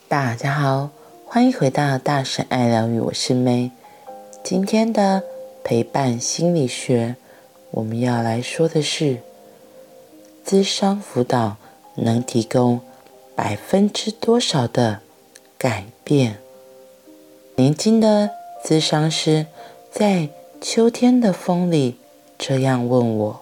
大家好，欢迎回到大神爱疗愈，我是May。今天的陪伴心理学，我们要来说的是，諮商辅导能提供多少的改变？年轻的諮商师在秋天的风里这样问我：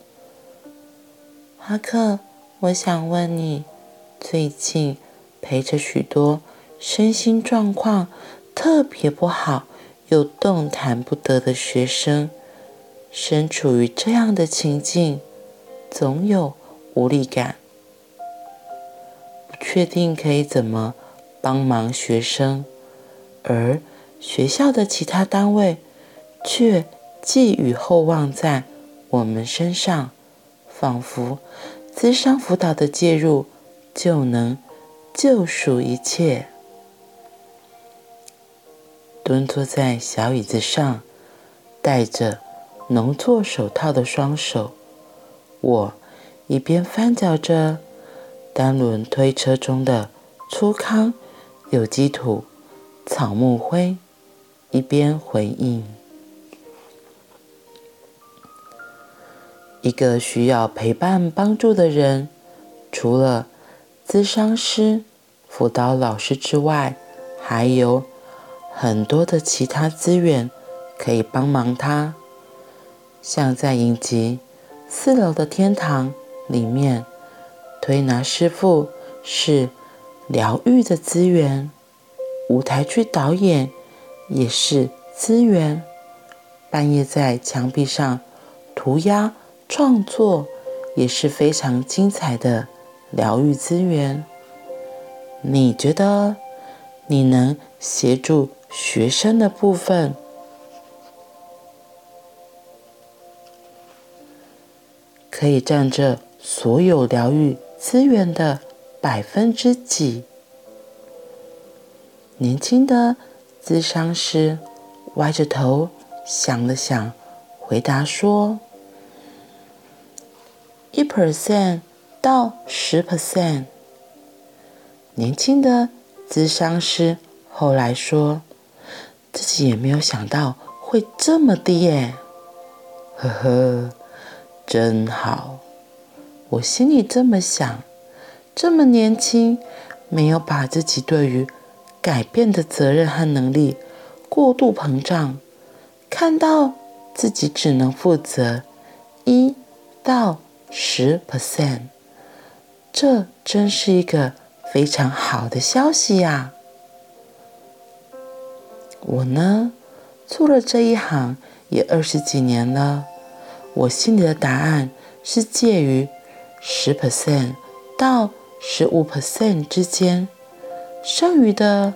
哈克，我想问你，最近陪着许多身心状况特别不好又动弹不得的学生，身处于这样的情境，总有无力感，不确定可以怎么帮忙学生，而学校的其他单位却寄予厚望在我们身上，仿佛諮商辅导的介入就能救赎一切。蹲坐在小椅子上，戴着农作手套的双手，我一边翻搅着单轮推车中的粗糠、有机土、草木灰，一边回应：一个需要陪伴帮助的人，除了諮商师、辅导老师之外，还有很多的其他资源可以帮忙他。像在影集《4楼的天堂》里面，推拿师傅是疗愈的资源，舞台剧导演也是资源，半夜在墙壁上涂鸦创作也是非常精彩的疗愈资源。你觉得你能协助学生的部分，可以占这所有疗愈资源的几%？年轻的諮商师歪着头想了想，回答说1% 到10%。年轻的諮商师后来说，自己也没有想到会这么低耶，呵呵，真好。我心里这么想，这么年轻，没有把自己对于改变的责任和能力过度膨胀，看到自己只能负责1到10%，这真是一个非常好的消息呀！我呢，做了这一行也20几年了，我心里的答案是介于10% 到15% 之间，剩余的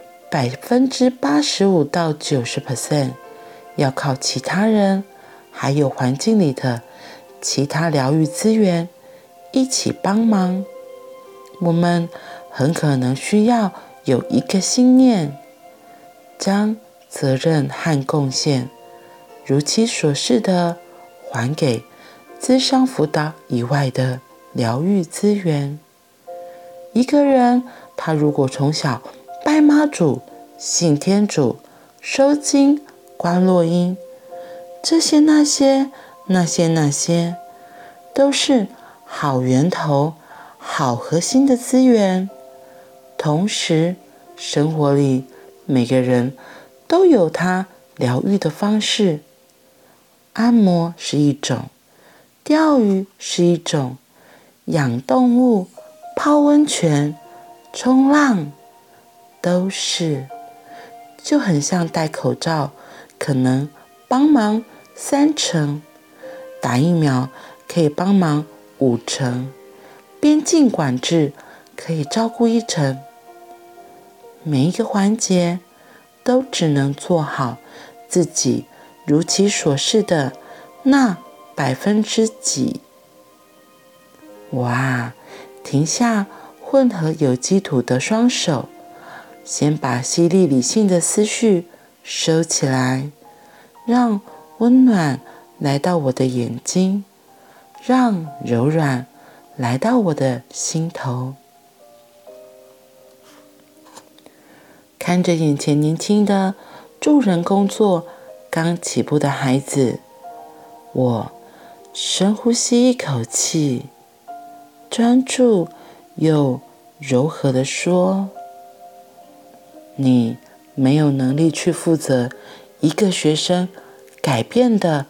85%到90%要靠其他人，还有环境里的其他疗愈资源一起帮忙。我们很可能需要有一个信念，将责任和贡献如其所示的还给諮商辅导以外的疗愈资源。一个人他如果从小拜妈祖、信天主、收经、观落阴，这些那些都是好源头、好核心的资源。同时，生活里每个人都有他疗愈的方式，按摩是一种，钓鱼是一种，养动物、泡温泉、冲浪都是。就很像戴口罩可能帮忙30%，打疫苗可以帮忙50%，边境管制可以照顾1%。每一个环节都只能做好自己如其所示的那几%。哇，停下混合有机土的双手，先把犀利理性的思绪收起来，让温暖来到我的眼睛，让柔软来到我的心头。 看着眼前年轻的助人工作刚起步的孩子，我深呼吸一口气，专注又柔和地说：你没有能力去负责一个学生改变的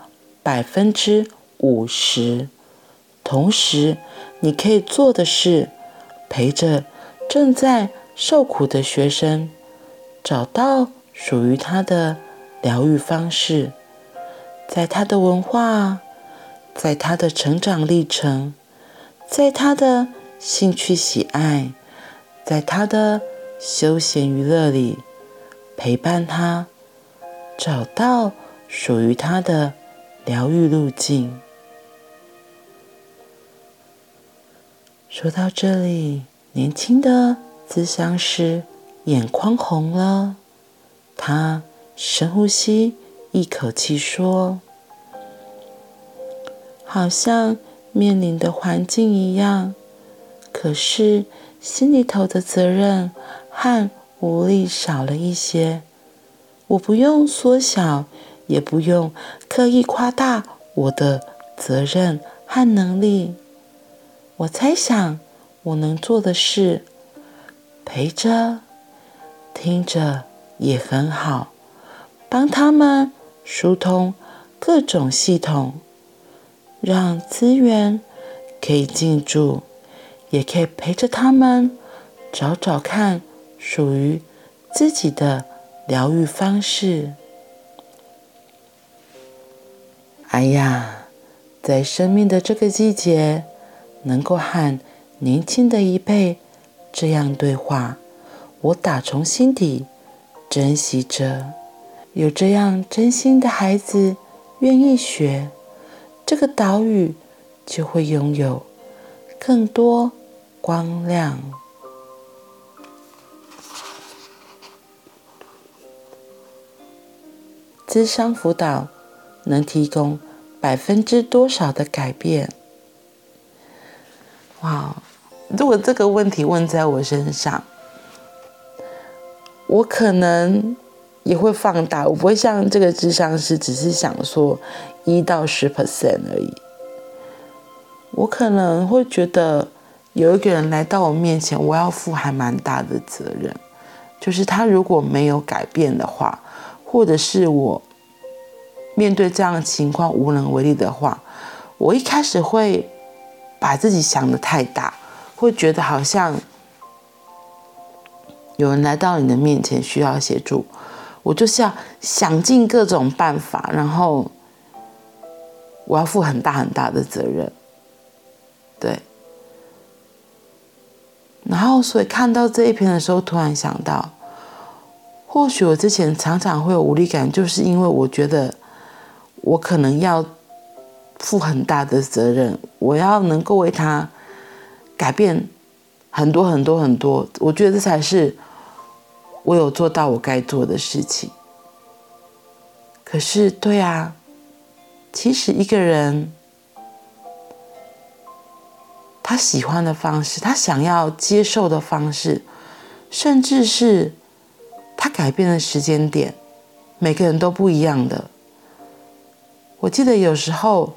50%，同时你可以做的是陪着正在受苦的学生找到属于他的疗愈方式，在他的文化，在他的成长历程，在他的兴趣喜爱，在他的休闲娱乐里，陪伴他找到属于他的疗愈路径。说到这里，年轻的咨商师眼眶红了，他深呼吸一口气说：好像面临的环境一样，可是心里头的责任和无力少了一些。我不用缩小，也不用刻意夸大我的责任和能力。我猜想我能做的是陪着，听着也很好，帮他们疏通各种系统，让资源可以进驻，也可以陪着他们找找看属于自己的疗愈方式。哎呀，在生命的这个季节，能够和年轻的一辈这样对话，我打从心底珍惜着。有这样真心的孩子愿意学，这个岛屿就会拥有更多光亮。諮商輔導能提供多少的改變？哇！如果這個問題問在我身上，我可能也會放大，我不會像這個諮商師只是想說1到10% 而已。我可能會覺得有一個人來到我面前，我要負還蠻大的責任，就是他如果沒有改變的話，或者是我面對這樣的情況無能為力的話，我一開始會把自己想得太大，會覺得好像有人來到你的面前需要協助，我就是要想盡各種辦法，然後我要負很大很大的責任。對，然後所以看到這一篇的時候，突然想到，或許我之前常常會有無力感，就是因為我覺得我可能要負很大的責任，我要能夠為他改變很多很多很多，我覺得這才是我有做到我該做的事情。可是對啊，其實一個人他喜歡的方式，他想要接受的方式，甚至是他改變的時間點，每個人都不一樣的。我記得有時候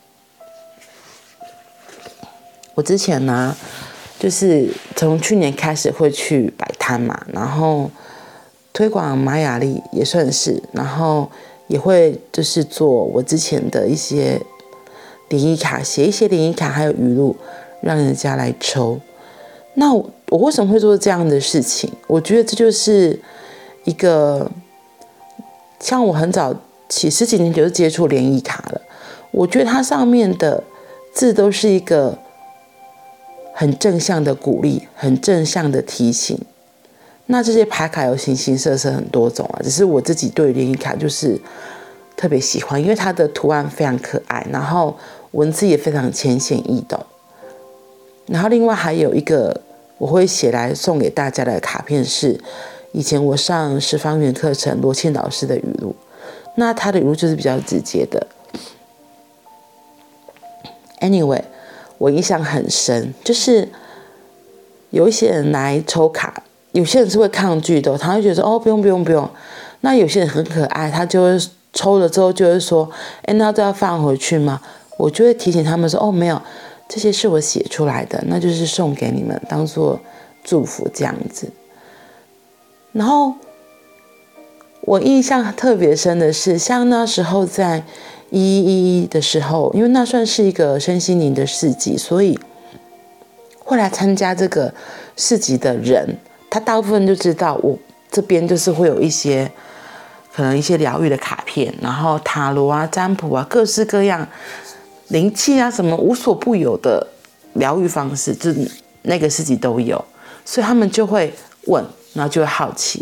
我之前呢，就是從去年開始會去擺攤嘛，然後推廣瑪雅曆也算是，然後也會就是做我之前的一些聯誼卡，寫一些聯誼卡還有語錄，讓人家來抽。那我為什麼會做這樣的事情？我覺得這就是一個，像我很早起10幾年就接觸聯誼卡了，我覺得它上面的字都是一個很正向的鼓勵，很正向的提醒。那這些牌卡有形形色色很多種啊，只是我自己對聯誼卡就是特別喜歡，因為它的圖案非常可愛，然後文字也非常淺顯易懂。然後另外還有一個我會寫來送給大家的卡片是以前我上10方圓課程羅慶老師的語錄，那他的語錄就是比較直接的。Anyway， 我印象很深，就是有一些人來抽卡， 有些人是会抗拒的，他会觉得说哦不用不用不用。那有些人很可爱，他就会抽了之后就会说，那都要放回去吗？我就会提醒他们说，哦没有，这些是我写出来的，那就是送给你们当做祝福这样子。然后我印象特别深的是，像那时候在111的时候，因为那算是一个身心灵的市集，所以会来参加这个市集的人，他大部分就知道我这边就是会有一些可能一些疗愈的卡片，然后塔罗啊、占卜啊，各式各样灵气啊什么无所不有的疗愈方式，就是那个市集都有，所以他们就会问，然后就会好奇。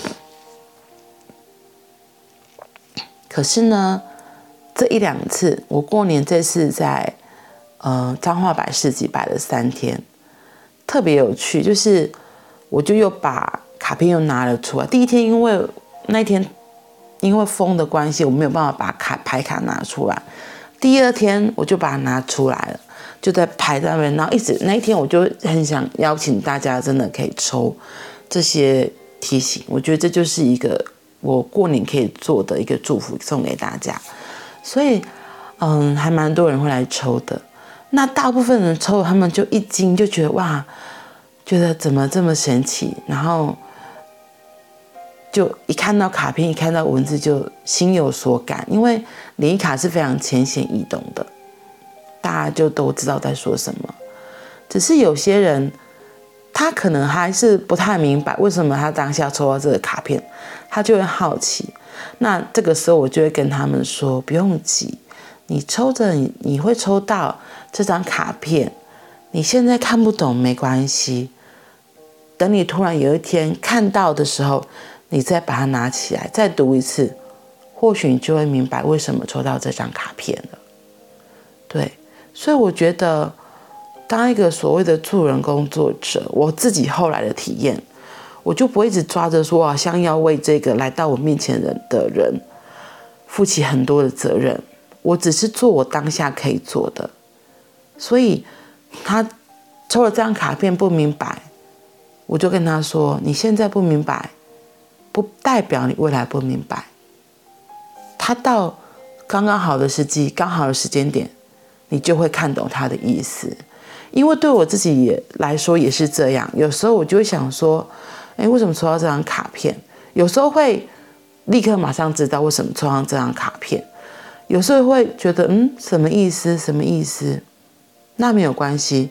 可是呢，这1-2次，我过年这次在彰化摆市集摆了3天，特别有趣，就是我就又把卡片又拿了出来。第一天因为那天因为风的关系，我没有办法把牌卡拿出来。第2天我就把它拿出来了，就在牌上面，然后一直那一天我就很想邀请大家，真的可以抽这些提醒。我觉得这就是一个我过年可以做的一个祝福，送给大家。所以还蛮多人会来抽的。那大部分人抽，他们就一惊，就觉得哇，觉得怎么这么神奇，然后就一看到卡片，一看到文字就心有所感，因为联谊卡是非常浅显易懂的，大家就都知道在说什么。只是有些人他可能还是不太明白为什么他当下抽到这个卡片，他就会好奇。那这个时候我就会跟他们说，不用急，你抽着你会抽到这张卡片，你现在看不懂没关系，等你突然有一天看到的时候，你再把它拿起来再读一次，或许你就会明白为什么抽到这张卡片了。对，所以我觉得当一个所谓的助人工作者，我自己后来的体验，我就不会一直抓着说好像要为这个来到我面前的人负起很多的责任，我只是做我当下可以做的。所以他抽了这张卡片不明白，我就跟他说，你现在不明白不代表你未来不明白，他到刚刚好的时机，刚好的时间点，你就会看懂他的意思。因为对我自己来说也是这样，有时候我就会想说，为什么抽到这张卡片？有时候会立刻马上知道为什么抽到这张卡片，有时候会觉得什么意思什么意思。那没有关系，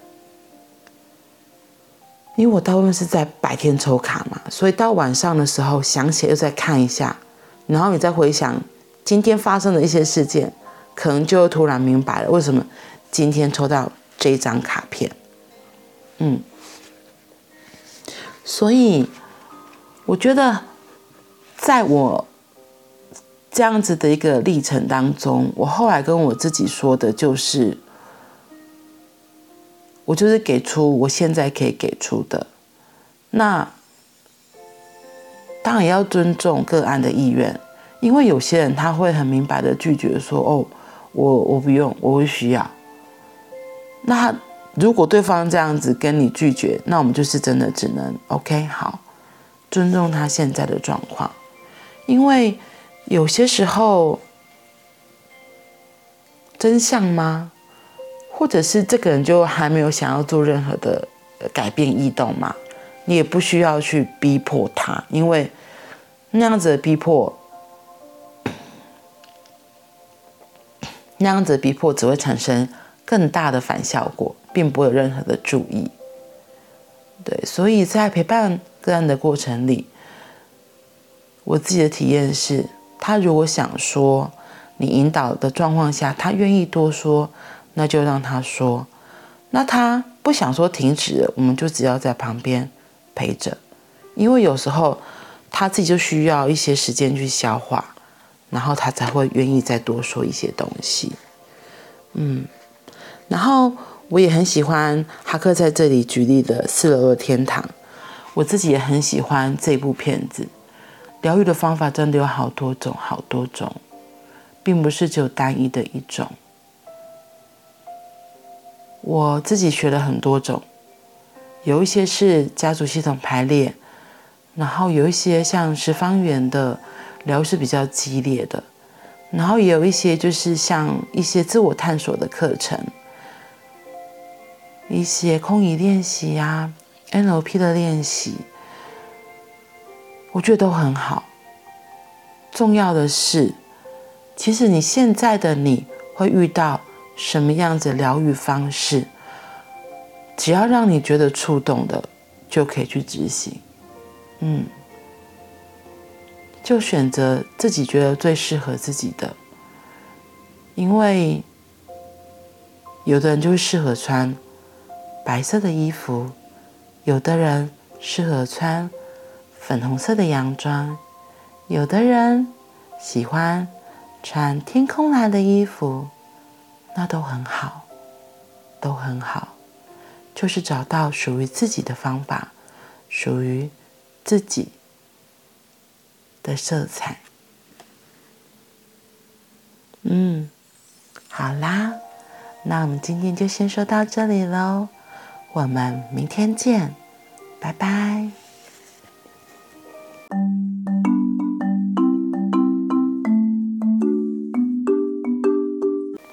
因为我大部分是在白天抽卡嘛，所以到晚上的时候想起来又再看一下，然后你再回想今天发生的一些事件，可能就突然明白了为什么今天抽到这一张卡片。所以我觉得在我这样子的一个历程当中，我后来跟我自己说的就是，我就是给出我现在可以给出的，那当然要尊重个案的意愿，因为有些人他会很明白的拒绝说，我不用，我不需要。那如果对方这样子跟你拒绝，那我们就是真的只能 OK 好，尊重他现在的状况。因为有些时候真相吗？或者是这个人就还没有想要做任何的改变异动嘛，你也不需要去逼迫他，因为那样子的逼迫只会产生更大的反效果，并不会有任何的注意。对，所以在陪伴个案的过程里，我自己的体验是，他如果想说，你引导的状况下，他愿意多说，那就让他说。那他不想说停止了，我们就只要在旁边陪着，因为有时候他自己就需要一些时间去消化，然后他才会愿意再多说一些东西。然后我也很喜欢哈克在这里举例的4楼的天堂，我自己也很喜欢这部片子。疗愈的方法真的有好多种，好多种，并不是只有单一的一种。我自己学了很多种， 有一些是家族系统排列，然后有一些像十方圆的疗愈是比较激烈的，然后也有一些就是像一些自我探索的课程，一些空椅练习啊， NLP 的练习，我觉得都很好。重要的是，其实你现在的你会遇到什么样子的疗愈方式，只要让你觉得触动的，就可以去执行。就选择自己觉得最适合自己的。因为有的人就会适合穿白色的衣服，有的人适合穿粉红色的洋装，有的人喜欢穿天空蓝的衣服，那都很好，都很好。就是找到属于自己的方法，属于自己的色彩。好啦，那我们今天就先说到这里咯，我们明天见，拜拜。